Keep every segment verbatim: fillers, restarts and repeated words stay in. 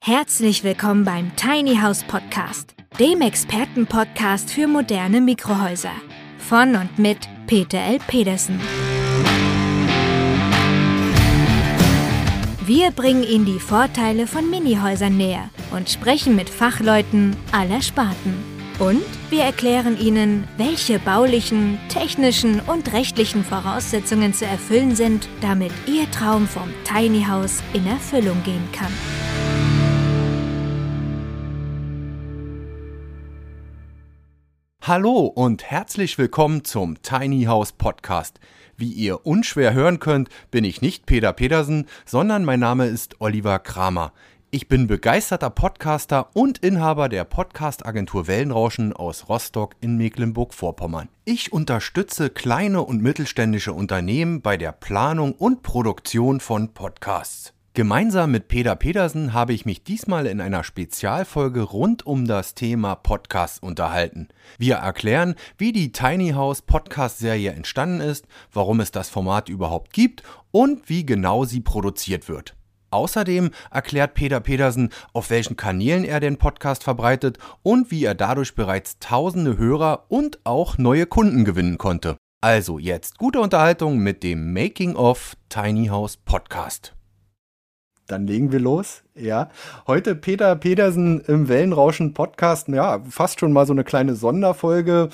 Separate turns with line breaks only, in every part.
Herzlich willkommen beim Tiny House Podcast, dem Expertenpodcast für moderne Mikrohäuser. Von und mit Peter L. Pedersen. Wir bringen Ihnen die Vorteile von Minihäusern näher und sprechen mit Fachleuten aller Sparten. Und wir erklären Ihnen, welche baulichen, technischen und rechtlichen Voraussetzungen zu erfüllen sind, damit Ihr Traum vom Tiny House in Erfüllung gehen kann.
Hallo und herzlich willkommen zum Tiny House Podcast. Wie ihr unschwer hören könnt, bin ich nicht Peter Pedersen, sondern mein Name ist Oliver Kramer. Ich bin begeisterter Podcaster und Inhaber der Podcast-Agentur Wellenrauschen aus Rostock in Mecklenburg-Vorpommern. Ich unterstütze kleine und mittelständische Unternehmen bei der Planung und Produktion von Podcasts. Gemeinsam mit Peter Pedersen habe ich mich diesmal in einer Spezialfolge rund um das Thema Podcast unterhalten. Wir erklären, wie die Tiny House Podcast-Serie entstanden ist, warum es das Format überhaupt gibt und wie genau sie produziert wird. Außerdem erklärt Peter Pedersen, auf welchen Kanälen er den Podcast verbreitet und wie er dadurch bereits tausende Hörer und auch neue Kunden gewinnen konnte. Also jetzt gute Unterhaltung mit dem Making of Tiny House Podcast. Dann legen wir los. Ja, heute Peter Pedersen im Wellenrauschen Podcast. Ja, fast schon mal so eine kleine Sonderfolge.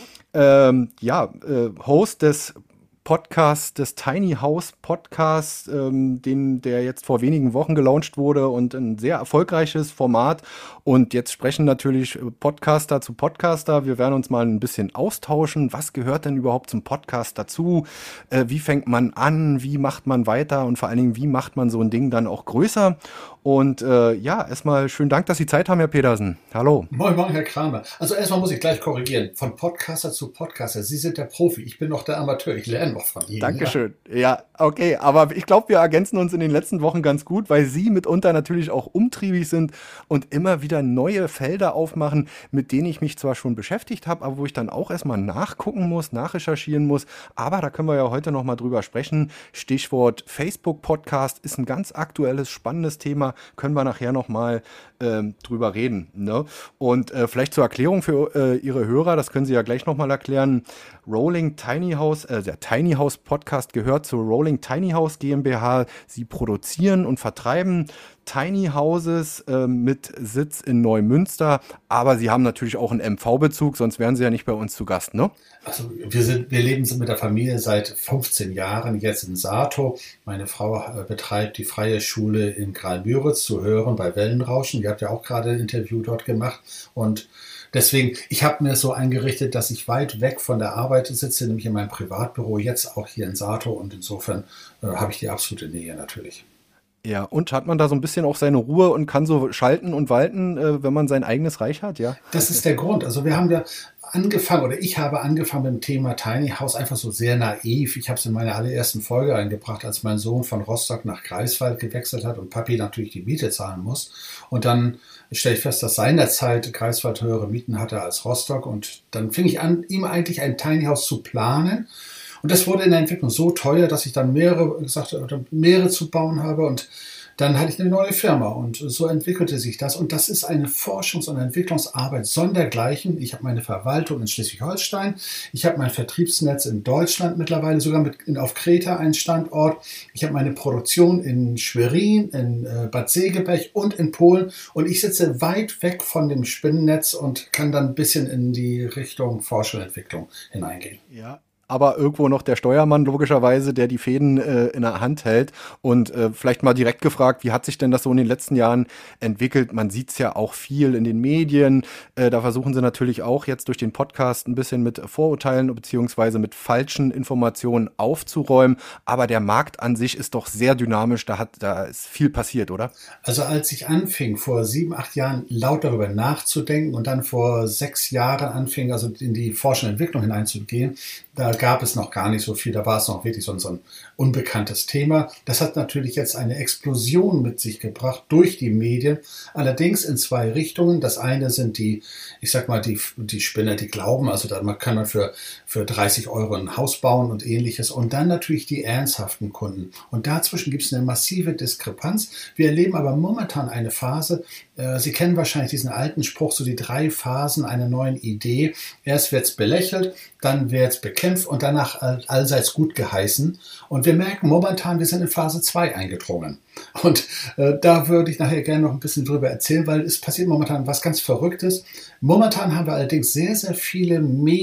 Ähm, ja, äh, Host des Podcasts, des Tiny House Podcasts, ähm, den, der jetzt vor wenigen Wochen gelauncht wurde und ein sehr erfolgreiches Format. Und jetzt sprechen natürlich Podcaster zu Podcaster. Wir werden uns mal ein bisschen austauschen. Was gehört denn überhaupt zum Podcast dazu? Äh, wie fängt man an? Wie macht man weiter? Und vor allen Dingen, wie macht man so ein Ding dann auch größer? Und äh, ja, erstmal schönen Dank, dass Sie Zeit haben, Herr Pedersen. Hallo.
Moin, moin, Herr Kramer. Also erstmal muss ich gleich korrigieren. Von Podcaster zu Podcaster. Sie sind der Profi. Ich bin noch der Amateur. Ich lerne noch von Ihnen.
Dankeschön. Ja, ja, okay. Aber ich glaube, wir ergänzen uns in den letzten Wochen ganz gut, weil Sie mitunter natürlich auch umtriebig sind und immer wieder neue Felder aufmachen, mit denen ich mich zwar schon beschäftigt habe, aber wo ich dann auch erstmal nachgucken muss, nachrecherchieren muss. Aber da können wir ja heute nochmal drüber sprechen. Stichwort Facebook-Podcast ist ein ganz aktuelles, spannendes Thema. Können wir nachher nochmal ähm, drüber reden. Ne? Und äh, vielleicht zur Erklärung für äh, Ihre Hörer, das können Sie ja gleich nochmal erklären. Rolling Tiny House, äh, der Tiny House Podcast gehört zur Rolling Tiny House GmbH. Sie produzieren und vertreiben Tiny Houses äh, mit Sitz in Neumünster, aber Sie haben natürlich auch einen M V-Bezug, sonst wären Sie ja nicht bei uns zu Gast, ne?
Also wir sind, wir leben mit der Familie seit fünfzehn Jahren jetzt in Sato. Meine Frau äh, betreibt die freie Schule in Graal-Müritz zu hören bei Wellenrauschen. Ihr habt ja auch gerade ein Interview dort gemacht und deswegen, ich habe mir es so eingerichtet, dass ich weit weg von der Arbeit sitze, nämlich in meinem Privatbüro, jetzt auch hier in Sato und insofern äh, habe ich die absolute Nähe natürlich.
Ja, und hat man da so ein bisschen auch seine Ruhe und kann so schalten und walten, äh, wenn man sein eigenes Reich hat, ja?
Das ist der Grund. Also wir haben ja angefangen, oder ich habe angefangen mit dem Thema Tiny House einfach so sehr naiv. Ich habe es in meiner allerersten Folge eingebracht, als mein Sohn von Rostock nach Greifswald gewechselt hat und Papi natürlich die Miete zahlen muss. Und dann stelle ich fest, dass seinerzeit Greifswald höhere Mieten hatte als Rostock. Und dann fing ich an, ihm eigentlich ein Tiny House zu planen. Und das wurde in der Entwicklung so teuer, dass ich dann mehrere gesagt habe, mehrere zu bauen habe. Und dann hatte ich eine neue Firma und so entwickelte sich das. Und das ist eine Forschungs- und Entwicklungsarbeit sondergleichen. Ich habe meine Verwaltung in Schleswig-Holstein. Ich habe mein Vertriebsnetz in Deutschland mittlerweile, sogar mit, in, auf Kreta einen Standort. Ich habe meine Produktion in Schwerin, in äh, Bad Segeberg und in Polen. Und ich sitze weit weg von dem Spinnennetz und kann dann ein bisschen in die Richtung Forschung und Entwicklung hineingehen.
Ja. Aber irgendwo noch der Steuermann, logischerweise, der die Fäden äh, in der Hand hält. Und äh, vielleicht mal direkt gefragt, wie hat sich denn das so in den letzten Jahren entwickelt? Man sieht es ja auch viel in den Medien. Äh, da versuchen sie natürlich auch jetzt durch den Podcast ein bisschen mit Vorurteilen beziehungsweise mit falschen Informationen aufzuräumen. Aber der Markt an sich ist doch sehr dynamisch. Da, hat, da ist viel passiert, oder?
Also als ich anfing, vor sieben, acht Jahren laut darüber nachzudenken und dann vor sechs Jahren anfing, also in die Forschung und Entwicklung hineinzugehen, da gab es noch gar nicht so viel. Da war es noch wirklich so ein, so ein unbekanntes Thema. Das hat natürlich jetzt eine Explosion mit sich gebracht durch die Medien. Allerdings in zwei Richtungen. Das eine sind die, ich sag mal, die, die Spinner, die glauben, also da kann man für, für dreißig Euro ein Haus bauen und ähnliches. Und dann natürlich die ernsthaften Kunden. Und dazwischen gibt es eine massive Diskrepanz. Wir erleben aber momentan eine Phase, äh, Sie kennen wahrscheinlich diesen alten Spruch, so die drei Phasen einer neuen Idee. Erst wird es belächelt, dann wird es bekämpft und danach allseits gut geheißen. Und wir merken momentan, wir sind in Phase zwei eingedrungen. Und äh, da würde ich nachher gerne noch ein bisschen drüber erzählen, weil es passiert momentan was ganz Verrücktes. Momentan haben wir allerdings sehr, sehr viele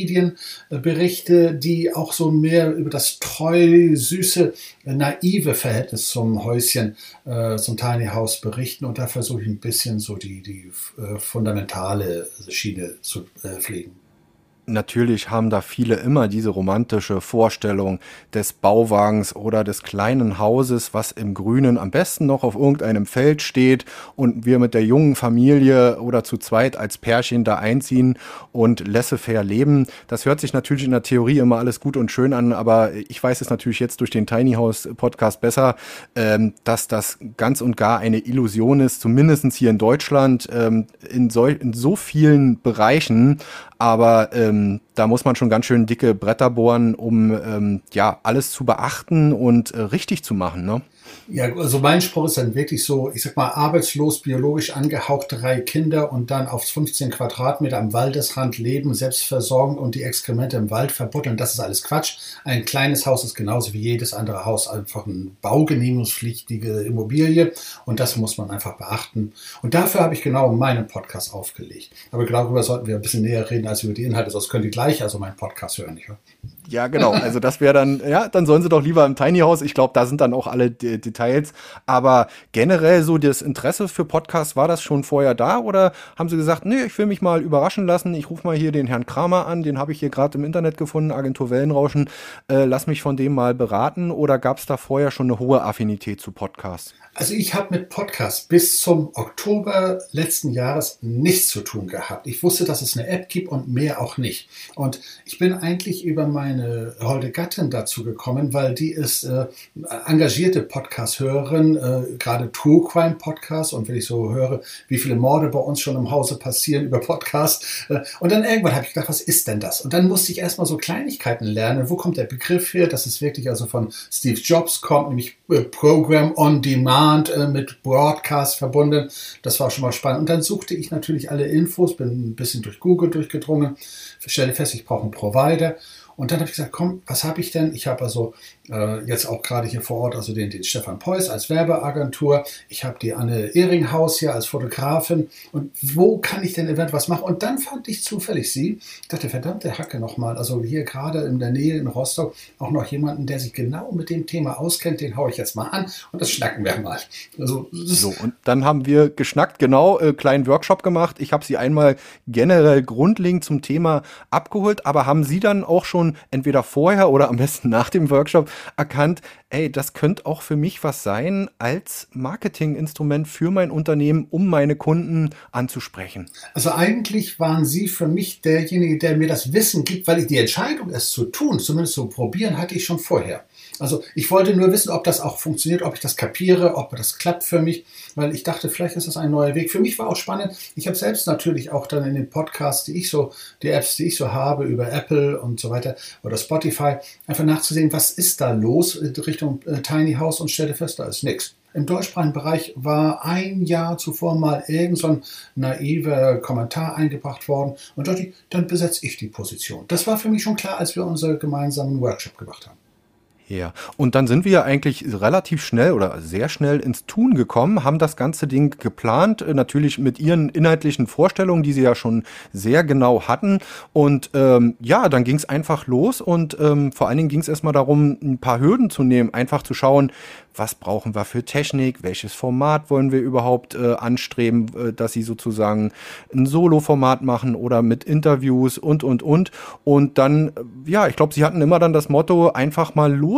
Medienberichte, die auch so mehr über das treu, süße, naive Verhältnis zum Häuschen, äh, zum Tiny House berichten. Und da versuche ich ein bisschen so die, die äh, fundamentale Schiene zu äh, pflegen.
Natürlich haben da viele immer diese romantische Vorstellung des Bauwagens oder des kleinen Hauses, was im Grünen am besten noch auf irgendeinem Feld steht und wir mit der jungen Familie oder zu zweit als Pärchen da einziehen und laissez-faire leben. Das hört sich natürlich in der Theorie immer alles gut und schön an, aber ich weiß es natürlich jetzt durch den Tiny House Podcast besser, ähm, dass das ganz und gar eine Illusion ist, zumindest hier in Deutschland, ähm, in, so, in so vielen Bereichen. Aber ähm, da muss man schon ganz schön dicke Bretter bohren, um ähm, ja alles zu beachten und äh, richtig zu machen, ne?
Ja, also mein Spruch ist dann wirklich so, ich sag mal, arbeitslos, biologisch angehaucht, drei Kinder und dann auf fünfzehn Quadratmeter am Waldesrand leben, selbstversorgend und die Exkremente im Wald verbuddeln. Das ist alles Quatsch. Ein kleines Haus ist genauso wie jedes andere Haus einfach eine baugenehmigungspflichtige Immobilie und das muss man einfach beachten. Und dafür habe ich genau meinen Podcast aufgelegt. Aber darüber sollten wir ein bisschen näher reden als über die Inhalte, sonst könnt ihr gleich also meinen Podcast hören, nicht wahr?
Ja, genau. Also das wäre dann, ja, dann sollen sie doch lieber im Tiny House. Ich glaube, da sind dann auch alle D- Details. Aber generell so das Interesse für Podcasts, war das schon vorher da? Oder haben sie gesagt, nee, ich will mich mal überraschen lassen. Ich rufe mal hier den Herrn Kramer an. Den habe ich hier gerade im Internet gefunden, Agentur Wellenrauschen. Äh, lass mich von dem mal beraten. Oder gab es da vorher schon eine hohe Affinität zu Podcasts?
Also ich habe mit Podcasts bis zum Oktober letzten Jahres nichts zu tun gehabt. Ich wusste, dass es eine App gibt und mehr auch nicht. Und ich bin eigentlich über meine holde Gattin dazu gekommen, weil die ist äh, engagierte Podcast-Hörerin, äh, gerade True Crime Podcasts. Und wenn ich so höre, wie viele Morde bei uns schon im Hause passieren über Podcasts. Äh, und dann irgendwann habe ich gedacht, was ist denn das? Und dann musste ich erstmal so Kleinigkeiten lernen. Wo kommt der Begriff her? Das ist wirklich also von Steve Jobs kommt, nämlich äh, Program on Demand mit Broadcast verbunden. Das war schon mal spannend. Und dann suchte ich natürlich alle Infos, bin ein bisschen durch Google durchgedrungen, stelle fest, ich brauche einen Provider. Und dann habe ich gesagt, komm, was habe ich denn? Ich habe also äh, jetzt auch gerade hier vor Ort also den, den Stefan Peuß als Werbeagentur. Ich habe die Anne Ehringhaus hier als Fotografin. Und wo kann ich denn eventuell was machen? Und dann fand ich zufällig sie. Ich dachte, verdammte Hacke nochmal. Also hier gerade in der Nähe in Rostock auch noch jemanden, der sich genau mit dem Thema auskennt. Den haue ich jetzt mal an und das schnacken wir mal. Also,
so, und dann haben wir geschnackt, genau, äh, kleinen Workshop gemacht. Ich habe sie einmal generell grundlegend zum Thema abgeholt, aber haben Sie dann auch schon entweder vorher oder am besten nach dem Workshop erkannt, ey, das könnte auch für mich was sein als Marketinginstrument für mein Unternehmen, um meine Kunden anzusprechen?
Also eigentlich waren Sie für mich derjenige, der mir das Wissen gibt, weil ich die Entscheidung, es zu tun, zumindest zu probieren, hatte ich schon vorher. Also ich wollte nur wissen, ob das auch funktioniert, ob ich das kapiere, ob das klappt für mich, weil ich dachte, vielleicht ist das ein neuer Weg. Für mich war auch spannend, ich habe selbst natürlich auch dann in den Podcasts, die ich so, die Apps, die ich so habe, über Apple und so weiter oder Spotify, einfach nachzusehen, was ist da los in Richtung äh, Tiny House und stellte fest, da ist nichts. Im deutschsprachigen Bereich war ein Jahr zuvor mal irgend so ein naiver Kommentar eingebracht worden und dachte ich, dann besetze ich die Position. Das war für mich schon klar, als wir unseren gemeinsamen Workshop gemacht haben.
Ja, und dann sind wir ja eigentlich relativ schnell oder sehr schnell ins Tun gekommen, haben das ganze Ding geplant, natürlich mit Ihren inhaltlichen Vorstellungen, die Sie ja schon sehr genau hatten. Und ähm, ja, dann ging es einfach los und ähm, vor allen Dingen ging es erstmal darum, ein paar Hürden zu nehmen, einfach zu schauen, was brauchen wir für Technik, welches Format wollen wir überhaupt äh, anstreben, äh, dass Sie sozusagen ein Solo-Format machen oder mit Interviews und, und, und. Und dann, ja, ich glaube, Sie hatten immer dann das Motto, einfach mal los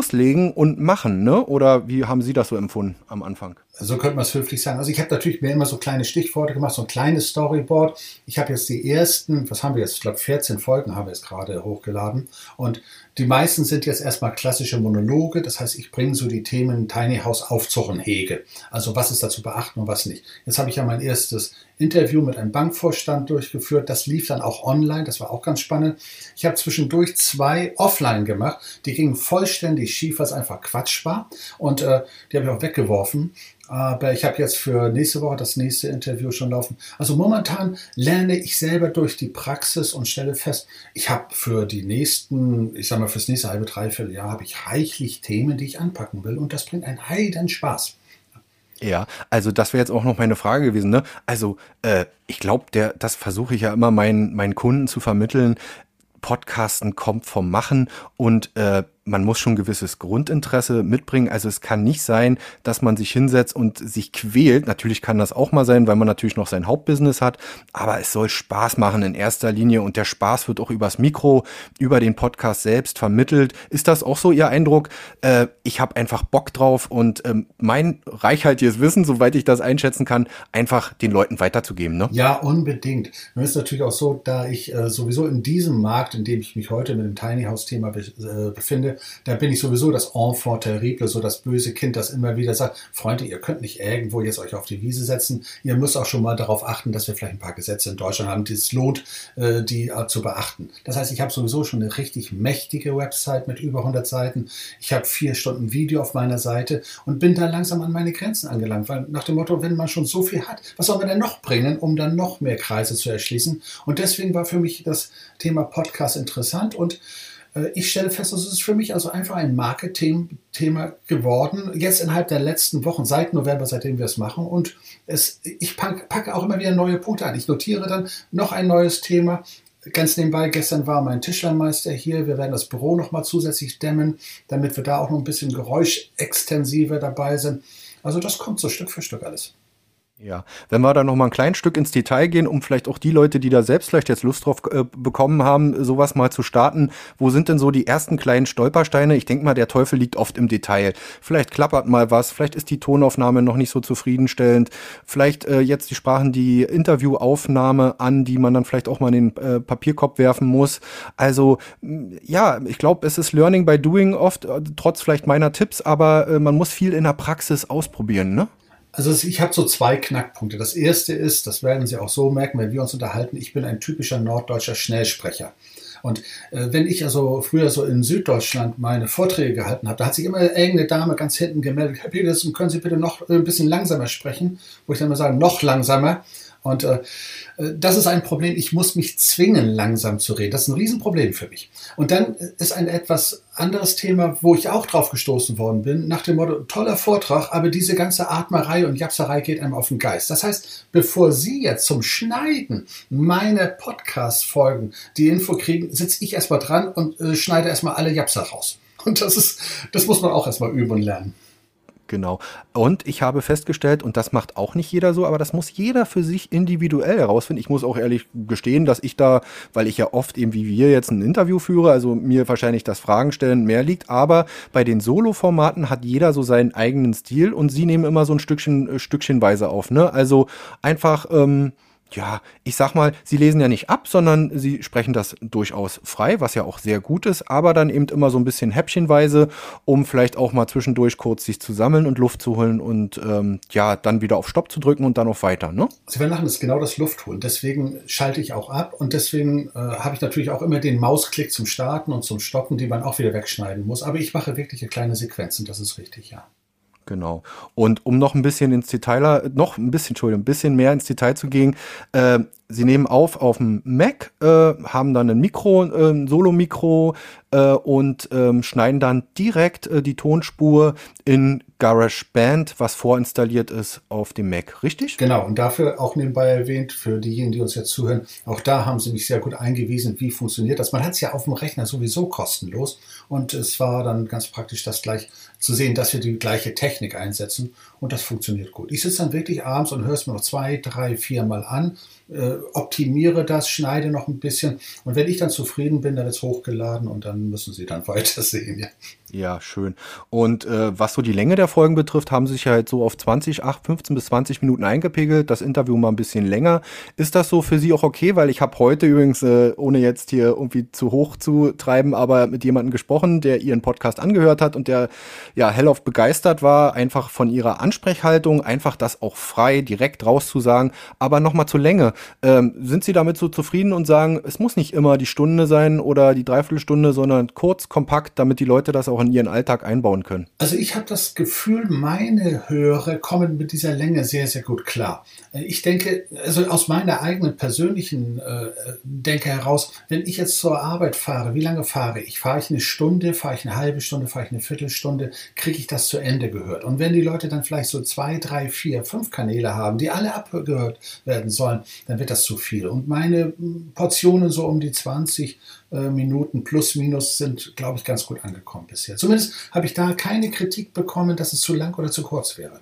loslegen und machen, ne? Oder wie haben Sie das so empfunden am Anfang?
So könnte man es höflich sagen. Also ich habe natürlich mir immer so kleine Stichworte gemacht, so ein kleines Storyboard. Ich habe jetzt die ersten, was haben wir jetzt? Ich glaube vierzehn Folgen haben wir jetzt gerade hochgeladen. Und die meisten sind jetzt erstmal klassische Monologe. Das heißt, ich bringe so die Themen Tiny House auf Zochenhege. Also was ist da zu beachten und was nicht. Jetzt habe ich ja mein erstes Interview mit einem Bankvorstand durchgeführt. Das lief dann auch online. Das war auch ganz spannend. Ich habe zwischendurch zwei offline gemacht. Die gingen vollständig schief, was einfach Quatsch war. Und äh, die habe ich auch weggeworfen. Aber ich habe jetzt für nächste Woche das nächste Interview schon laufen. Also momentan lerne ich selber durch die Praxis und stelle fest, ich habe für die nächsten, ich sag mal fürs nächste halbe, dreiviertel Jahr, habe ich reichlich Themen, die ich anpacken will. Und das bringt einen heiden Spaß.
Ja, also das wäre jetzt auch noch meine Frage gewesen, ne? Also äh, ich glaube, der, das versuche ich ja immer meinen, meinen Kunden zu vermitteln. Podcasten kommt vom Machen und äh, man muss schon ein gewisses Grundinteresse mitbringen. Also es kann nicht sein, dass man sich hinsetzt und sich quält. Natürlich kann das auch mal sein, weil man natürlich noch sein Hauptbusiness hat. Aber es soll Spaß machen in erster Linie. Und der Spaß wird auch übers Mikro, über den Podcast selbst vermittelt. Ist das auch so Ihr Eindruck? Äh, ich habe einfach Bock drauf und ähm, mein reichhaltiges Wissen, soweit ich das einschätzen kann, einfach den Leuten weiterzugeben, ne?
Ja, unbedingt. Nun ist natürlich auch so, da ich äh, sowieso in diesem Markt, in dem ich mich heute mit dem Tiny House Thema be- äh, befinde, da bin ich sowieso das Enfant terrible, so das böse Kind, das immer wieder sagt, Freunde, ihr könnt nicht irgendwo jetzt euch auf die Wiese setzen. Ihr müsst auch schon mal darauf achten, dass wir vielleicht ein paar Gesetze in Deutschland haben, die es lohnt, äh, die äh, zu beachten. Das heißt, ich habe sowieso schon eine richtig mächtige Website mit über hundert Seiten. Ich habe vier Stunden Video auf meiner Seite und bin da langsam an meine Grenzen angelangt, weil nach dem Motto, wenn man schon so viel hat, was soll man denn noch bringen, um dann noch mehr Kreise zu erschließen? Und deswegen war für mich das Thema Podcast interessant und ich stelle fest, das ist für mich also einfach ein Marketing-Thema geworden, jetzt innerhalb der letzten Wochen, seit November, seitdem wir es machen. Und es, ich packe auch immer wieder neue Punkte an. Ich notiere dann noch ein neues Thema. Ganz nebenbei, gestern war mein Tischlermeister hier. Wir werden das Büro nochmal zusätzlich dämmen, damit wir da auch noch ein bisschen geräuschextensiver dabei sind. Also das kommt so Stück für Stück alles.
Ja, wenn wir da noch mal ein kleines Stück ins Detail gehen, um vielleicht auch die Leute, die da selbst vielleicht jetzt Lust drauf äh, bekommen haben, sowas mal zu starten. Wo sind denn so die ersten kleinen Stolpersteine? Ich denke mal, der Teufel liegt oft im Detail. Vielleicht klappert mal was, vielleicht ist die Tonaufnahme noch nicht so zufriedenstellend. Vielleicht äh, jetzt, die sprachen die Interviewaufnahme an, die man dann vielleicht auch mal in den äh, Papierkorb werfen muss. Also ja, ich glaube, es ist Learning by Doing oft, äh, trotz vielleicht meiner Tipps, aber äh, man muss viel in der Praxis ausprobieren, ne?
Also ich habe so zwei Knackpunkte. Das erste ist, das werden Sie auch so merken, wenn wir uns unterhalten, ich bin ein typischer norddeutscher Schnellsprecher. Und äh, wenn ich also früher so in Süddeutschland meine Vorträge gehalten habe, da hat sich immer irgendeine Dame ganz hinten gemeldet, Herr Petersen, können Sie bitte noch ein bisschen langsamer sprechen? Wo ich dann immer sage, noch langsamer. Und äh, das ist ein Problem, ich muss mich zwingen, langsam zu reden. Das ist ein Riesenproblem für mich. Und dann ist ein etwas anderes Thema, wo ich auch drauf gestoßen worden bin, nach dem Motto, toller Vortrag, aber diese ganze Atmerei und Japserei geht einem auf den Geist. Das heißt, bevor Sie jetzt zum Schneiden meiner Podcast-Folgen die Info kriegen, sitze ich erstmal dran und äh, schneide erstmal alle Japser raus. Und das ist, das muss man auch erstmal üben und lernen.
Genau. Und ich habe festgestellt, und das macht auch nicht jeder so, aber das muss jeder für sich individuell herausfinden. Ich muss auch ehrlich gestehen, dass ich da, weil ich ja oft eben wie wir jetzt ein Interview führe, also mir wahrscheinlich das Fragen stellen mehr liegt, aber bei den Solo-Formaten hat jeder so seinen eigenen Stil und Sie nehmen immer so ein Stückchen, Stückchenweise auf, ne? Also einfach, ähm, ja, ich sag mal, Sie lesen ja nicht ab, sondern Sie sprechen das durchaus frei, was ja auch sehr gut ist, aber dann eben immer so ein bisschen häppchenweise, um vielleicht auch mal zwischendurch kurz sich zu sammeln und Luft zu holen und ähm, ja, dann wieder auf Stopp zu drücken und dann auf weiter, ne?
Sie werden lachen, das ist genau das Luftholen. Deswegen schalte ich auch ab und deswegen äh, habe ich natürlich auch immer den Mausklick zum Starten und zum Stoppen, die man auch wieder wegschneiden muss. Aber ich mache wirkliche kleine Sequenzen, das ist richtig, ja.
Genau. Und um noch ein bisschen ins Detail, noch ein bisschen, Entschuldigung, ein bisschen mehr ins Detail zu gehen, äh, Sie nehmen auf auf dem Mac, äh, haben dann ein Mikro, äh, ein Solo-Mikro äh, und ähm, schneiden dann direkt äh, die Tonspur in GarageBand, was vorinstalliert ist, auf dem Mac, richtig?
Genau, und dafür auch nebenbei erwähnt, für diejenigen, die uns jetzt zuhören, auch da haben Sie mich sehr gut eingewiesen, wie funktioniert das. Man hat es ja auf dem Rechner sowieso kostenlos und es war dann ganz praktisch, das gleich zu sehen, dass wir die gleiche Technik einsetzen und das funktioniert gut. Ich sitze dann wirklich abends und höre es mir noch zwei, drei, vier Mal an, äh, optimiere das, schneide noch ein bisschen und wenn ich dann zufrieden bin, dann wird es hochgeladen und dann müssen Sie dann weitersehen. Ja.
Ja, schön. Und äh, was so die Länge der Folgen betrifft, haben sie sich ja halt so auf zwanzig, acht, fünfzehn bis zwanzig Minuten eingepegelt. Das Interview mal ein bisschen länger. Ist das so für Sie auch okay? Weil ich habe heute übrigens, äh, ohne jetzt hier irgendwie zu hoch zu treiben, aber mit jemandem gesprochen, der Ihren Podcast angehört hat und der ja hellauf begeistert war, einfach von Ihrer Ansprechhaltung, einfach das auch frei, direkt rauszusagen. Aber nochmal zur Länge. Ähm, sind Sie damit so zufrieden und sagen, es muss nicht immer die Stunde sein oder die Dreiviertelstunde, sondern kurz, kompakt, damit die Leute das auch in ihren Alltag einbauen können?
Also ich habe das Gefühl, meine Hörer kommen mit dieser Länge sehr, sehr gut klar. Ich denke, also aus meiner eigenen persönlichen äh, Denke heraus, wenn ich jetzt zur Arbeit fahre, wie lange fahre ich? Fahre ich eine Stunde, fahre ich eine halbe Stunde, fahre ich eine Viertelstunde, kriege ich das zu Ende gehört. Und wenn die Leute dann vielleicht so zwei, drei, vier, fünf Kanäle haben, die alle abgehört werden sollen, dann wird das zu viel. Und meine Portionen so um die zwanzig Minuten plus minus sind, glaube ich, ganz gut angekommen bisher. Zumindest habe ich da keine Kritik bekommen, dass es zu lang oder zu kurz wäre.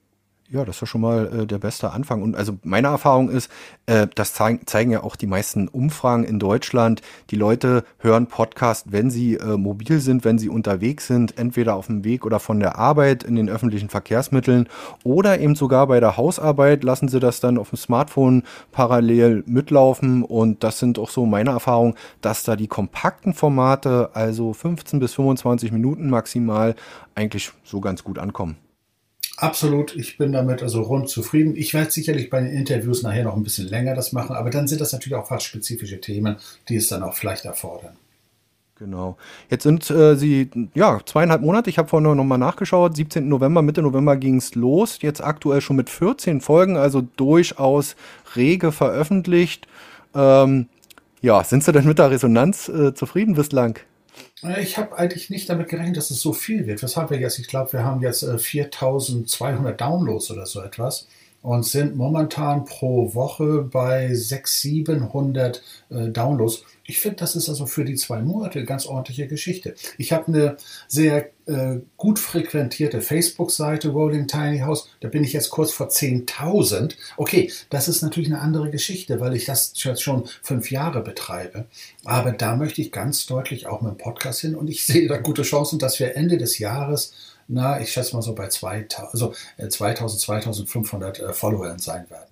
Ja, das ist ja schon mal äh, der beste Anfang. Und also meine Erfahrung ist, äh, das zeig, zeigen ja auch die meisten Umfragen in Deutschland. Die Leute hören Podcast, wenn sie äh, mobil sind, wenn sie unterwegs sind, entweder auf dem Weg oder von der Arbeit in den öffentlichen Verkehrsmitteln oder eben sogar bei der Hausarbeit lassen sie das dann auf dem Smartphone parallel mitlaufen. Und das sind auch so meine Erfahrungen, dass da die kompakten Formate, also fünfzehn bis fünfundzwanzig Minuten maximal, eigentlich so ganz gut ankommen.
Absolut, ich bin damit also rund zufrieden. Ich werde sicherlich bei den Interviews nachher noch ein bisschen länger das machen, aber dann sind das natürlich auch fachspezifische Themen, die es dann auch vielleicht erfordern.
Genau. Jetzt sind äh, Sie, ja, zweieinhalb Monate, ich habe vorhin noch mal nachgeschaut, siebzehnten November, Mitte November ging es los, jetzt aktuell schon mit vierzehn Folgen, also durchaus rege veröffentlicht. Ähm, ja, sind Sie denn mit der Resonanz äh, zufrieden bislang?
Ich habe eigentlich nicht damit gerechnet, dass es so viel wird. Was haben wir jetzt? Ich glaube, wir haben jetzt äh, viertausendzweihundert Downloads oder so etwas und sind momentan pro Woche bei sechshundert, siebenhundert äh, Downloads. Ich finde, das ist also für die zwei Monate eine ganz ordentliche Geschichte. Ich habe eine sehr äh, gut frequentierte Facebook-Seite, Rolling Tiny House. Da bin ich jetzt kurz vor zehntausend. Okay, das ist natürlich eine andere Geschichte, weil ich das jetzt schon fünf Jahre betreibe. Aber da möchte ich ganz deutlich auch mit dem Podcast hin und ich sehe da gute Chancen, dass wir Ende des Jahres, na, ich schätze mal so bei zweitausend, also zweitausend, zweitausendfünfhundert äh, Followern sein werden.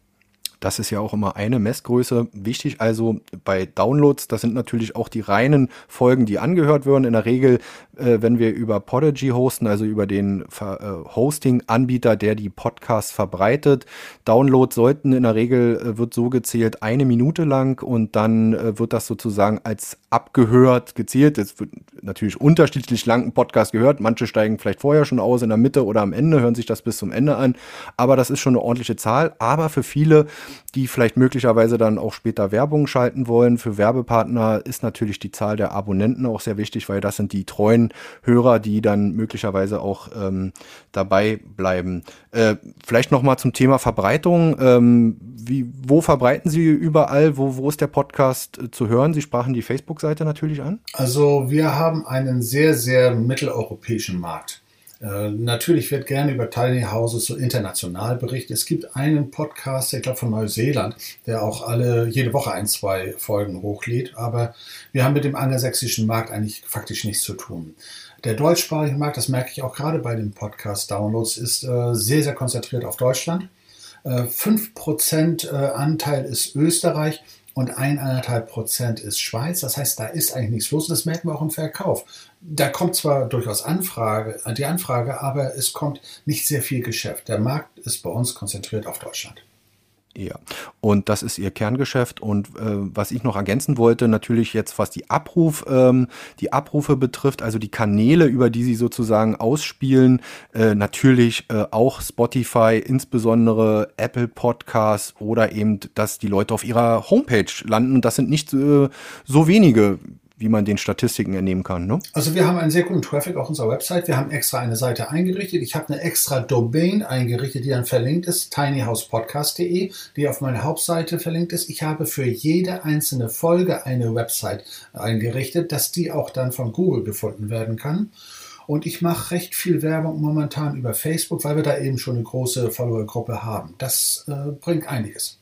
Das ist ja auch immer eine Messgröße wichtig. Also bei Downloads, das sind natürlich auch die reinen Folgen, die angehört werden. In der Regel, äh, wenn wir über Podigy hosten, also über den äh, Hosting-Anbieter, der die Podcasts verbreitet. Downloads sollten in der Regel, äh, wird so gezählt, eine Minute lang und dann äh, wird das sozusagen als abgehört gezählt. Es wird natürlich unterschiedlich lang ein Podcast gehört. Manche steigen vielleicht vorher schon aus, in der Mitte oder am Ende, hören sich das bis zum Ende an. Aber das ist schon eine ordentliche Zahl. Aber für viele, die vielleicht möglicherweise dann auch später Werbung schalten wollen, für Werbepartner ist natürlich die Zahl der Abonnenten auch sehr wichtig, weil das sind die treuen Hörer, die dann möglicherweise auch ähm, dabei bleiben. Äh, vielleicht nochmal zum Thema Verbreitung. Ähm, wie, wo verbreiten Sie überall? Wo, wo ist der Podcast äh, zu hören? Sie sprachen die Facebook-Seite natürlich an.
Also wir haben einen sehr, sehr mitteleuropäischen Markt. Äh, natürlich wird gerne über Tiny Houses so international berichtet. Es gibt einen Podcast, ich glaube von Neuseeland, der auch alle jede Woche ein, zwei Folgen hochlädt. Aber wir haben mit dem angelsächsischen Markt eigentlich faktisch nichts zu tun. Der deutschsprachige Markt, das merke ich auch gerade bei den Podcast-Downloads, ist äh, sehr, sehr konzentriert auf Deutschland. Äh, fünf Prozent äh, Anteil ist Österreich. Und eineinhalb Prozent ist Schweiz. Das heißt, da ist eigentlich nichts los. Das merken wir auch im Verkauf. Da kommt zwar durchaus Anfrage, die Anfrage, aber es kommt nicht sehr viel Geschäft. Der Markt ist bei uns konzentriert auf Deutschland.
Ja, und das ist ihr Kerngeschäft. Und äh, was ich noch ergänzen wollte, natürlich jetzt, was die Abruf, ähm, die Abrufe betrifft, also die Kanäle, über die sie sozusagen ausspielen, äh, natürlich äh, auch Spotify, insbesondere Apple Podcasts oder eben, dass die Leute auf ihrer Homepage landen. Und das sind nicht äh, so wenige, wie man den Statistiken entnehmen kann, ne?
Also wir haben einen sehr guten Traffic auf unserer Website. Wir haben extra eine Seite eingerichtet. Ich habe eine extra Domain eingerichtet, die dann verlinkt ist, tinyhousepodcast punkt de, die auf meiner Hauptseite verlinkt ist. Ich habe für jede einzelne Folge eine Website eingerichtet, dass die auch dann von Google gefunden werden kann. Und ich mache recht viel Werbung momentan über Facebook, weil wir da eben schon eine große Followergruppe haben. Das äh, bringt einiges.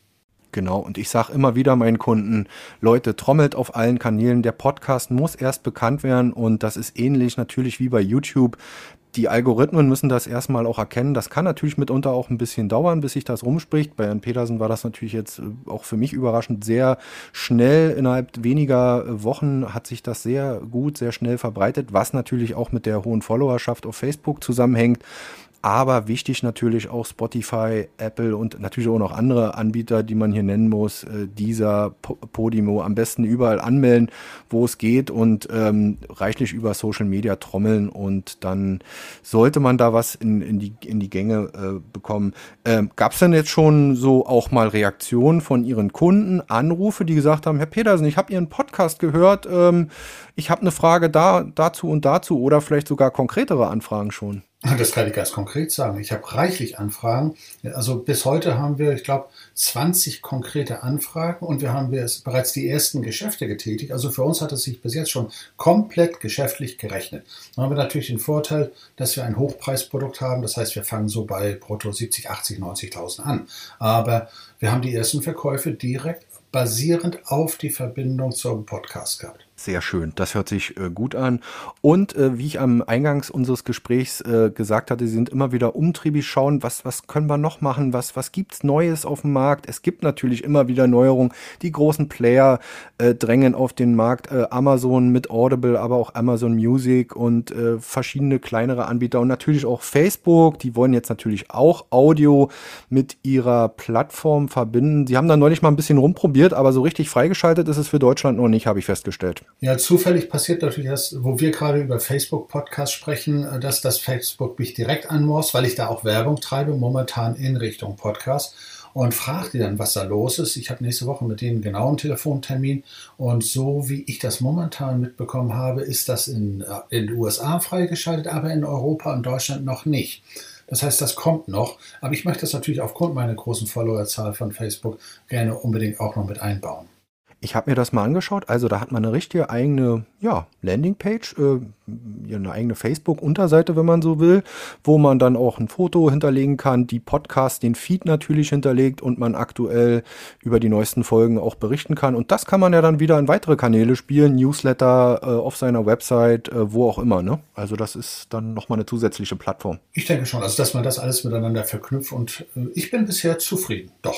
Genau, und ich sage immer wieder meinen Kunden, Leute, trommelt auf allen Kanälen, der Podcast muss erst bekannt werden und das ist ähnlich natürlich wie bei YouTube. Die Algorithmen müssen das erstmal auch erkennen. Das kann natürlich mitunter auch ein bisschen dauern, bis sich das rumspricht. Bei Herrn Petersen war das natürlich jetzt auch für mich überraschend sehr schnell. Innerhalb weniger Wochen hat sich das sehr gut, sehr schnell verbreitet, was natürlich auch mit der hohen Followerschaft auf Facebook zusammenhängt. Aber wichtig natürlich auch Spotify, Apple und natürlich auch noch andere Anbieter, die man hier nennen muss. Äh, Deezer, Podimo, am besten überall anmelden, wo es geht und ähm, reichlich über Social Media trommeln und dann sollte man da was in, in, die, in die Gänge äh, bekommen. Ähm, gab es denn jetzt schon so auch mal Reaktionen von Ihren Kunden, Anrufe, die gesagt haben, Herr Petersen, ich habe Ihren Podcast gehört, ähm, ich habe eine Frage da, dazu und dazu oder vielleicht sogar konkretere Anfragen schon?
Das kann ich ganz konkret sagen. Ich habe reichlich Anfragen. Also bis heute haben wir, ich glaube, zwanzig konkrete Anfragen und wir haben bereits die ersten Geschäfte getätigt. Also für uns hat es sich bis jetzt schon komplett geschäftlich gerechnet. Dann haben wir natürlich den Vorteil, dass wir ein Hochpreisprodukt haben. Das heißt, wir fangen so bei brutto siebzig, achtzig, neunzigtausend an. Aber wir haben die ersten Verkäufe direkt basierend auf die Verbindung zum Podcast gehabt.
Sehr schön, das hört sich äh, gut an. Und äh, wie ich am Eingangs unseres Gesprächs äh, gesagt hatte, Sie sind immer wieder umtriebig, schauen, was, was können wir noch machen, was, was gibt es Neues auf dem Markt. Es gibt natürlich immer wieder Neuerungen. Die großen Player äh, drängen auf den Markt, äh, Amazon mit Audible, aber auch Amazon Music und äh, verschiedene kleinere Anbieter und natürlich auch Facebook. Die wollen jetzt natürlich auch Audio mit ihrer Plattform verbinden. Sie haben da neulich mal ein bisschen rumprobiert, aber so richtig freigeschaltet ist es für Deutschland noch nicht, habe ich festgestellt.
Ja, zufällig passiert natürlich das, wo wir gerade über Facebook-Podcast sprechen, dass das Facebook mich direkt anmorst, weil ich da auch Werbung treibe, momentan in Richtung Podcast und fragt die dann, was da los ist. Ich habe nächste Woche mit denen genau einen Telefontermin und so wie ich das momentan mitbekommen habe, ist das in, in den U S A freigeschaltet, aber in Europa und Deutschland noch nicht. Das heißt, das kommt noch, aber ich möchte das natürlich aufgrund meiner großen Followerzahl von Facebook gerne unbedingt auch noch mit einbauen.
Ich habe mir das mal angeschaut, also da hat man eine richtige eigene ja, Landingpage, äh, eine eigene Facebook-Unterseite, wenn man so will, wo man dann auch ein Foto hinterlegen kann, die Podcasts, den Feed natürlich hinterlegt und man aktuell über die neuesten Folgen auch berichten kann. Und das kann man ja dann wieder in weitere Kanäle spielen, Newsletter, äh, auf seiner Website, äh, wo auch immer. Ne? Also das ist dann nochmal eine zusätzliche Plattform.
Ich denke schon, also dass man das alles miteinander verknüpft und äh, ich bin bisher zufrieden, doch.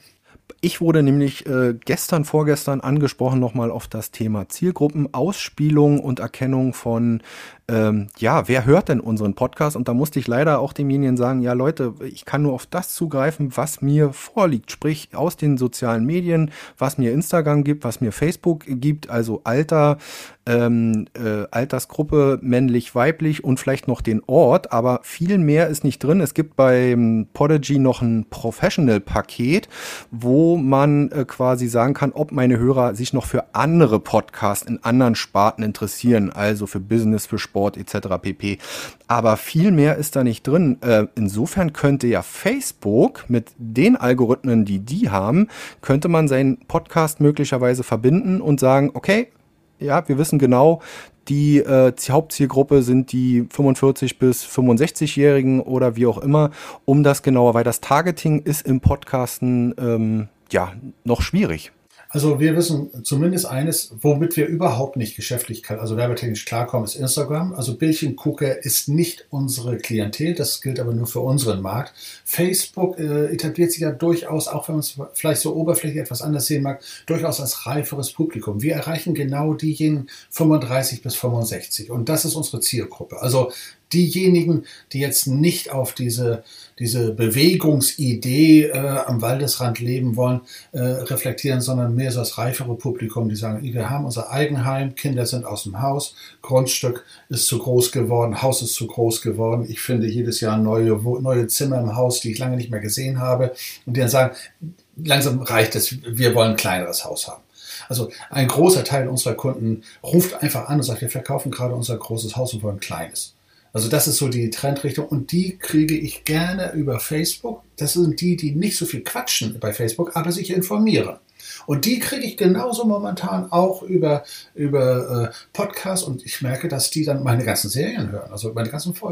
Ich wurde nämlich äh, gestern, vorgestern angesprochen nochmal auf das Thema Zielgruppen, Ausspielung und Erkennung von, ähm, ja, wer hört denn unseren Podcast? Und da musste ich leider auch demjenigen sagen, ja Leute, ich kann nur auf das zugreifen, was mir vorliegt, sprich aus den sozialen Medien, was mir Instagram gibt, was mir Facebook gibt, also Alter, ähm, äh, Altersgruppe, männlich, weiblich und vielleicht noch den Ort, aber viel mehr ist nicht drin. Es gibt beim Podigy noch ein Professional-Paket, wo man äh, quasi sagen kann, ob meine Hörer sich noch für andere Podcasts in anderen Sparten interessieren, also für Business, für Sport et cetera pp. Aber viel mehr ist da nicht drin. Äh, insofern könnte ja Facebook mit den Algorithmen, die die haben, könnte man seinen Podcast möglicherweise verbinden und sagen, okay, ja, wir wissen genau, die äh, Hauptzielgruppe sind die fünfundvierzig bis fünfundsechzig-Jährigen oder wie auch immer, um das genauer, weil das Targeting ist im Podcasten ähm, ja noch schwierig.
Also wir wissen zumindest eines, womit wir überhaupt nicht geschäftlich, also werbetechnisch klarkommen, ist Instagram. Also Bildchengucker ist nicht unsere Klientel, das gilt aber nur für unseren Markt. Facebook äh, etabliert sich ja durchaus, auch wenn man es vielleicht so oberflächlich etwas anders sehen mag, durchaus als reiferes Publikum. Wir erreichen genau diejenigen fünfunddreißig bis fünfundsechzig und das ist unsere Zielgruppe. Also diejenigen, die jetzt nicht auf diese, diese Bewegungsidee äh, am Waldesrand leben wollen, äh, reflektieren, sondern mehr so das reifere Publikum, die sagen, wir haben unser Eigenheim, Kinder sind aus dem Haus, Grundstück ist zu groß geworden, Haus ist zu groß geworden, ich finde jedes Jahr neue, neue Zimmer im Haus, die ich lange nicht mehr gesehen habe und die dann sagen, langsam reicht es, wir wollen ein kleineres Haus haben. Also ein großer Teil unserer Kunden ruft einfach an und sagt, wir verkaufen gerade unser großes Haus und wollen ein kleines. Also das ist so die Trendrichtung und die kriege ich gerne über Facebook. Das sind die, die nicht so viel quatschen bei Facebook, aber sich informieren. Und die kriege ich genauso momentan auch über, über äh, Podcasts und ich merke, dass die dann meine ganzen Serien hören, also meine ganzen Folgen.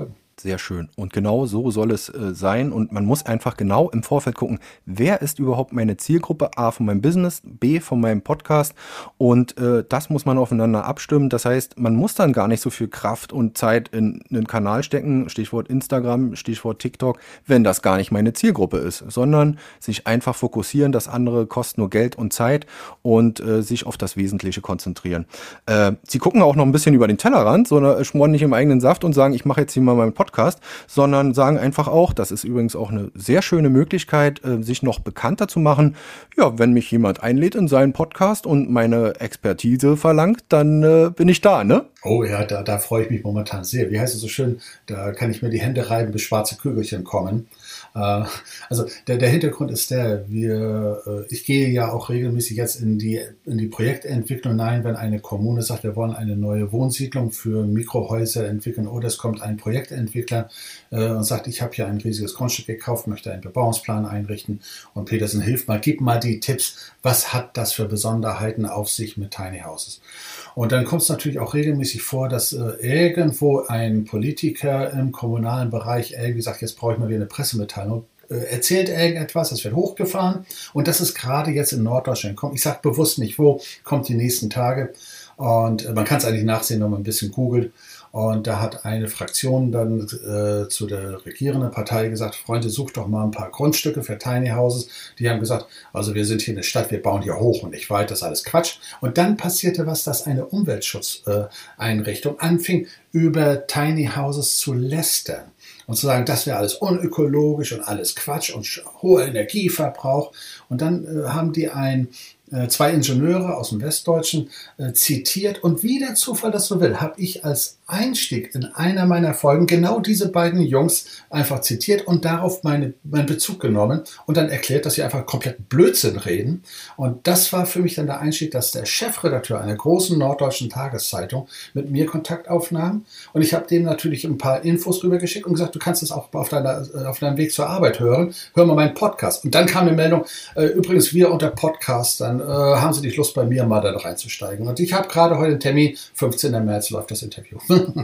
sehr schön. Und genau so soll es äh, sein. Und man muss einfach genau im Vorfeld gucken, wer ist überhaupt meine Zielgruppe? A, von meinem Business, B, von meinem Podcast. Und äh, das muss man aufeinander abstimmen. Das heißt, man muss dann gar nicht so viel Kraft und Zeit in einen Kanal stecken, Stichwort Instagram, Stichwort TikTok, wenn das gar nicht meine Zielgruppe ist, sondern sich einfach fokussieren. Das andere kostet nur Geld und Zeit und äh, sich auf das Wesentliche konzentrieren. Äh, sie gucken auch noch ein bisschen über den Tellerrand, sondern schmoren nicht im eigenen Saft und sagen, ich mache jetzt hier mal meinen Podcast, sondern sagen einfach auch, das ist übrigens auch eine sehr schöne Möglichkeit, äh, sich noch bekannter zu machen. Ja, wenn mich jemand einlädt in seinen Podcast und meine Expertise verlangt, dann äh, bin ich da, ne?
Oh ja, da, da freue ich mich momentan sehr. Wie heißt es so schön? Da kann ich mir die Hände reiben, bis schwarze Kügelchen kommen. Äh, also der, der Hintergrund ist der, wir, äh, ich gehe ja auch regelmäßig jetzt in die, in die Projektentwicklung hinein, wenn eine Kommune sagt, wir wollen eine neue Wohnsiedlung für Mikrohäuser entwickeln oder es kommt ein Projektentwickler äh, und sagt, ich habe hier ein riesiges Grundstück gekauft, möchte einen Bebauungsplan einrichten und Petersen hilft mal, gib mal die Tipps, was hat das für Besonderheiten auf sich mit Tiny Houses? Und dann kommt es natürlich auch regelmäßig vor, dass äh, irgendwo ein Politiker im kommunalen Bereich irgendwie sagt, jetzt brauche ich mal wieder eine Pressemitteilung, äh, erzählt irgendetwas, es wird hochgefahren und das ist gerade jetzt in Norddeutschland kommt. Ich sage bewusst nicht wo, kommt die nächsten Tage und äh, man kann es eigentlich nachsehen, wenn man ein bisschen googelt. Und da hat eine Fraktion dann äh, zu der regierenden Partei gesagt, Freunde, sucht doch mal ein paar Grundstücke für Tiny Houses. Die haben gesagt, also wir sind hier eine Stadt, wir bauen hier hoch und nicht weit, das ist alles Quatsch. Und dann passierte was, dass eine Umweltschutzeinrichtung äh, anfing, über Tiny Houses zu lästern. Und zu sagen, das wäre alles unökologisch und alles Quatsch und hoher Energieverbrauch. Und dann äh, haben die ein zwei Ingenieure aus dem Westdeutschen äh, zitiert und wie der Zufall das so will, habe ich als Einstieg in einer meiner Folgen genau diese beiden Jungs einfach zitiert und darauf meine, meinen Bezug genommen und dann erklärt, dass sie einfach komplett Blödsinn reden. Und das war für mich dann der Einstieg, dass der Chefredakteur einer großen norddeutschen Tageszeitung mit mir Kontakt aufnahm und ich habe dem natürlich ein paar Infos rübergeschickt und gesagt, du kannst es auch auf, deiner, auf deinem Weg zur Arbeit hören, hör mal meinen Podcast. Und dann kam eine Meldung, äh, übrigens wir unter Podcastern, äh, haben Sie nicht Lust bei mir mal da noch einzusteigen? Und ich habe gerade heute einen Termin, fünfzehnten März läuft das Interview.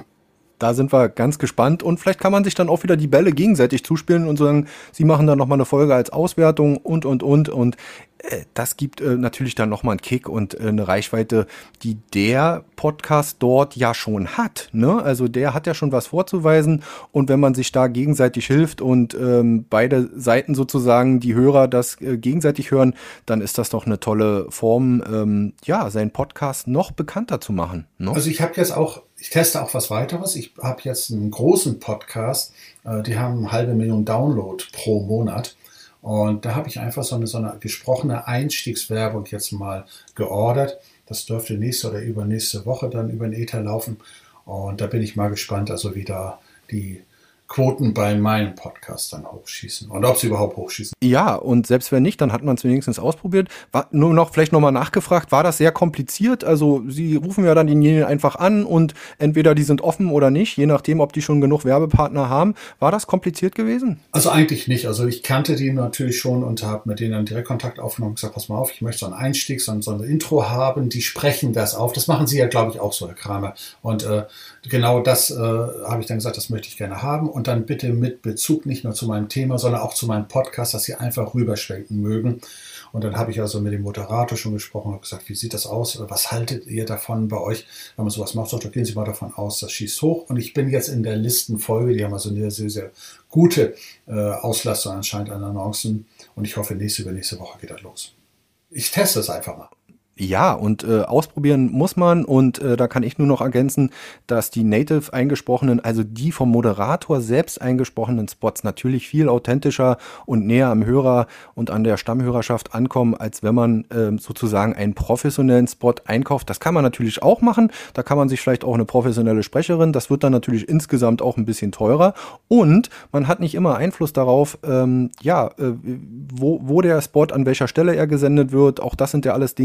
Da sind wir ganz gespannt und vielleicht kann man sich dann auch wieder die Bälle gegenseitig zuspielen und sagen, Sie machen dann nochmal eine Folge als Auswertung und, und, und und äh, das gibt äh, natürlich dann nochmal einen Kick und äh, eine Reichweite, die der Podcast dort ja schon hat, ne? Also der hat ja schon was vorzuweisen und wenn man sich da gegenseitig hilft und ähm, beide Seiten sozusagen, die Hörer das äh, gegenseitig hören, dann ist das doch eine tolle Form, ähm, ja, seinen Podcast noch bekannter zu machen, ne?
Also ich habe jetzt auch Ich teste auch was weiteres. Ich habe jetzt einen großen Podcast, äh, die haben eine halbe Million Download pro Monat. Und da habe ich einfach so eine, so eine gesprochene Einstiegswerbung jetzt mal geordert. Das dürfte nächste oder übernächste Woche dann über den Ether laufen. Und da bin ich mal gespannt, also wie da die Quoten bei meinem Podcast dann hochschießen und ob sie überhaupt hochschießen.
Ja, und selbst wenn nicht, dann hat man es wenigstens ausprobiert. War nur noch vielleicht nochmal nachgefragt, war das sehr kompliziert? Also Sie rufen ja dann denjenigen einfach an und entweder die sind offen oder nicht, je nachdem, ob die schon genug Werbepartner haben. War das kompliziert gewesen?
Also eigentlich nicht. Also ich kannte die natürlich schon und habe mit denen dann direkt Kontakt aufgenommen und gesagt, pass mal auf, ich möchte so einen Einstieg, so ein, so ein Intro haben. Die sprechen das auf. Das machen Sie ja, glaube ich, auch so, Herr Kramer. Und äh, genau das äh, habe ich dann gesagt, das möchte ich gerne haben. Und dann bitte mit Bezug nicht nur zu meinem Thema, sondern auch zu meinem Podcast, dass Sie einfach rüberschwenken mögen. Und dann habe ich also mit dem Moderator schon gesprochen und habe gesagt, wie sieht das aus? Was haltet ihr davon bei euch, wenn man sowas macht? Sagt, gehen Sie mal davon aus, das schießt hoch. Und ich bin jetzt in der Listenfolge, die haben also eine sehr, sehr gute äh, Auslastung anscheinend an Annoncen. Und ich hoffe, nächste, übernächste Woche geht das los. Ich teste es einfach mal.
Ja, und äh, ausprobieren muss man und äh, da kann ich nur noch ergänzen, dass die native eingesprochenen, also die vom Moderator selbst eingesprochenen Spots natürlich viel authentischer und näher am Hörer und an der Stammhörerschaft ankommen, als wenn man äh, sozusagen einen professionellen Spot einkauft. Das kann man natürlich auch machen, da kann man sich vielleicht auch eine professionelle Sprecherin, das wird dann natürlich insgesamt auch ein bisschen teurer und man hat nicht immer Einfluss darauf, ähm, ja, äh, wo, wo der Spot, an welcher Stelle er gesendet wird, auch das sind ja alles Dinge,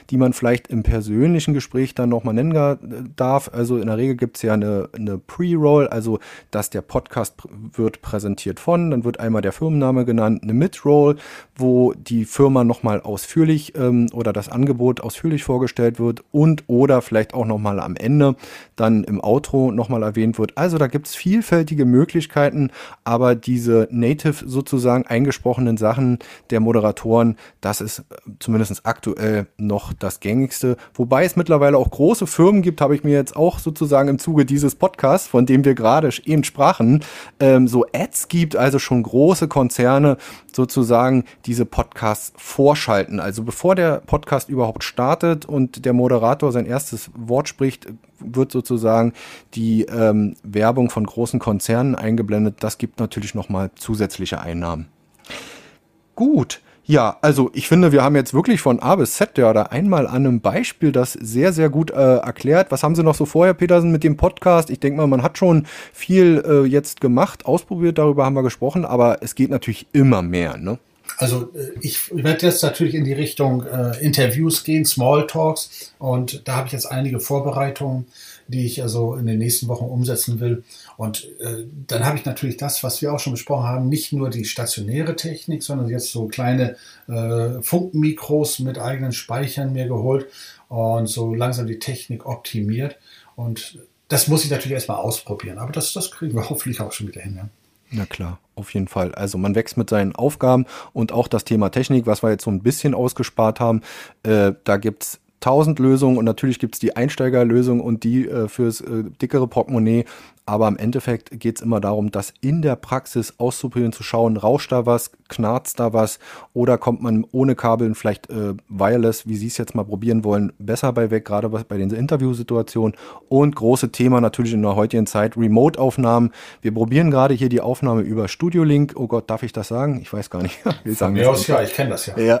die man vielleicht im persönlichen Gespräch dann nochmal nennen darf. Also in der Regel gibt es ja eine, eine Pre-Roll, also dass der Podcast wird präsentiert von, dann wird einmal der Firmenname genannt, eine Mid-Roll, wo die Firma nochmal ausführlich ähm, oder das Angebot ausführlich vorgestellt wird und oder vielleicht auch nochmal am Ende dann im Outro nochmal erwähnt wird. Also da gibt es vielfältige Möglichkeiten, aber diese native sozusagen eingesprochenen Sachen der Moderatoren, das ist zumindest aktuell noch das Gängigste. Wobei es mittlerweile auch große Firmen gibt, habe ich mir jetzt auch sozusagen im Zuge dieses Podcasts, von dem wir gerade eben sprachen, ähm, so Ads gibt, also schon große Konzerne sozusagen diese Podcasts vorschalten. Also bevor der Podcast überhaupt startet und der Moderator sein erstes Wort spricht, wird sozusagen die ähm, Werbung von großen Konzernen eingeblendet. Das gibt natürlich nochmal zusätzliche Einnahmen. Gut. Ja, also ich finde, wir haben jetzt wirklich von A bis Z ja da einmal an einem Beispiel das sehr, sehr gut äh, erklärt. Was haben Sie noch so vorher, Petersen, mit dem Podcast? Ich denke mal, man hat schon viel äh, jetzt gemacht, ausprobiert, darüber haben wir gesprochen, aber es geht natürlich immer mehr, ne?
Also ich werde jetzt natürlich in die Richtung äh, Interviews gehen, Smalltalks, und da habe ich jetzt einige Vorbereitungen, die ich also in den nächsten Wochen umsetzen will. Und äh, dann habe ich natürlich das, was wir auch schon besprochen haben, nicht nur die stationäre Technik, sondern jetzt so kleine äh, Funkmikros mit eigenen Speichern mir geholt und so langsam die Technik optimiert. Und das muss ich natürlich erstmal ausprobieren, aber das, das kriegen wir hoffentlich auch schon wieder hin. Ja.
Na klar, auf jeden Fall. Also man wächst mit seinen Aufgaben und auch das Thema Technik, was wir jetzt so ein bisschen ausgespart haben, äh, da gibt's tausend Lösungen und natürlich gibt's die Einsteigerlösung und die äh, fürs äh, dickere Portemonnaie. Aber im Endeffekt geht's immer darum, das in der Praxis auszuprobieren, zu schauen, rauscht da was, knarzt da was oder kommt man ohne Kabeln vielleicht äh, wireless, wie Sie es jetzt mal probieren wollen, besser bei weg, gerade bei den Interviewsituationen. Und große Thema natürlich in der heutigen Zeit, Remote-Aufnahmen. Wir probieren gerade hier die Aufnahme über Studio Link. Oh Gott, darf ich das sagen? Ich weiß gar nicht. Wir sagen
ja, ja, ich kenne das ja.
Ja.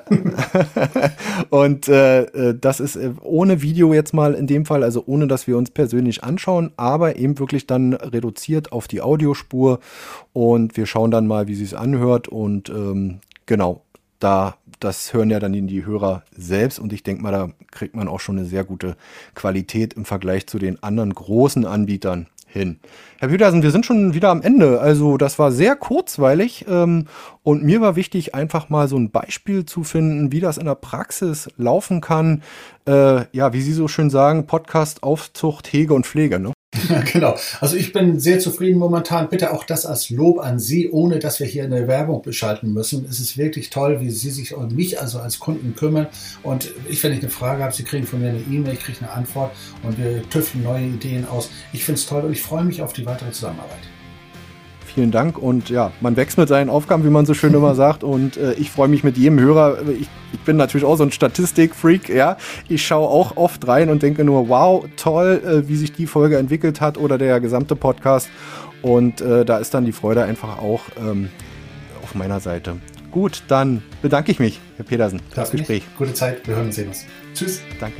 Und äh, das ist ohne Video jetzt mal in dem Fall, also ohne, dass wir uns persönlich anschauen, aber eben wirklich dann reduziert auf die Audiospur und wir schauen dann mal, wie sie es anhört und ähm, genau, da das hören ja dann die Hörer selbst und ich denke mal, da kriegt man auch schon eine sehr gute Qualität im Vergleich zu den anderen großen Anbietern hin. Herr Petersen, wir sind schon wieder am Ende, also das war sehr kurzweilig ähm, und mir war wichtig, einfach mal so ein Beispiel zu finden, wie das in der Praxis laufen kann, äh, ja, wie Sie so schön sagen, Podcast, Aufzucht, Hege und Pflege, ne?
Ja, genau. Also ich bin sehr zufrieden momentan. Bitte auch das als Lob an Sie, ohne dass wir hier eine Werbung beschalten müssen. Es ist wirklich toll, wie Sie sich um mich also als Kunden kümmern. Und ich, wenn ich eine Frage habe, Sie kriegen von mir eine E-Mail, ich kriege eine Antwort und wir tüfteln neue Ideen aus. Ich finde es toll und ich freue mich auf die weitere Zusammenarbeit.
Vielen Dank und ja, man wächst mit seinen Aufgaben, wie man so schön immer sagt und äh, ich freue mich mit jedem Hörer. Ich, ich bin natürlich auch so ein Statistik-Freak, ja. Ich schaue auch oft rein und denke nur, wow, toll, äh, wie sich die Folge entwickelt hat oder der gesamte Podcast und äh, da ist dann die Freude einfach auch ähm, auf meiner Seite. Gut, dann bedanke ich mich, Herr Petersen, für das Gespräch.
Gute Zeit, wir hören und sehen uns. Tschüss.
Danke.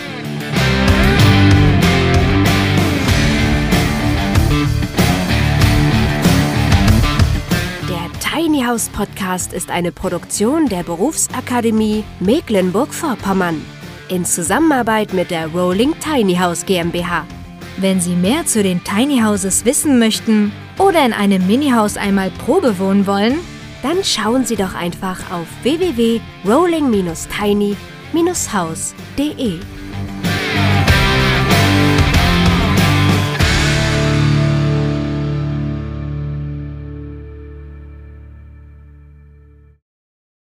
Tiny House Podcast ist eine Produktion der Berufsakademie Mecklenburg-Vorpommern in Zusammenarbeit mit der Rolling Tiny House GmbH. Wenn Sie mehr zu den Tiny Houses wissen möchten oder in einem Mini-Haus einmal Probe wohnen wollen, dann schauen Sie doch einfach auf w w w punkt rolling Bindestrich tiny Bindestrich house punkt de.